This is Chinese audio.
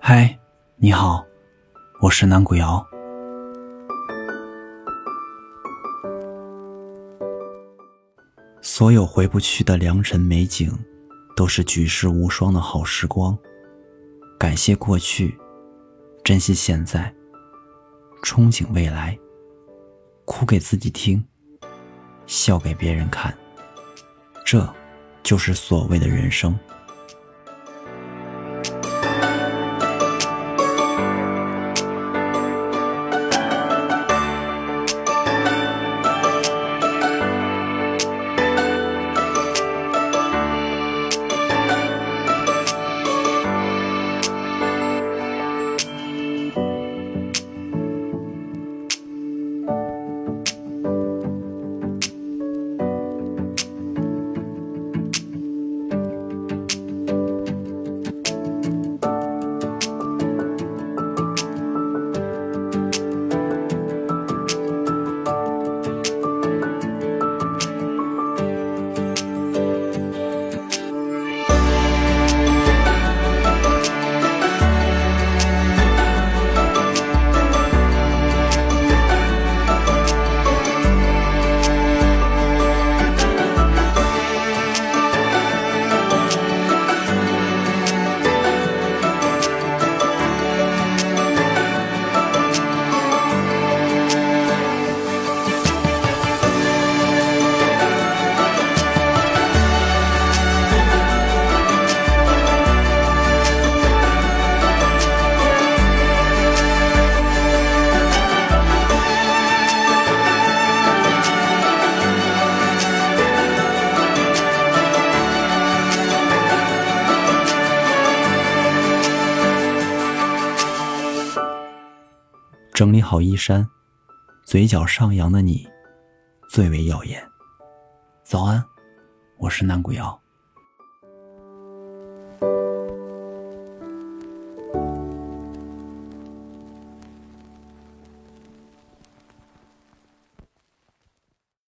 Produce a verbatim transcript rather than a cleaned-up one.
嗨，你好，我是南古瑶。所有回不去的良辰美景，都是举世无双的好时光。感谢过去，珍惜现在，憧憬未来。哭给自己听，笑给别人看，这就是所谓的人生。整理好衣衫，嘴角上扬的你最为耀眼。早安，我是南古瑶。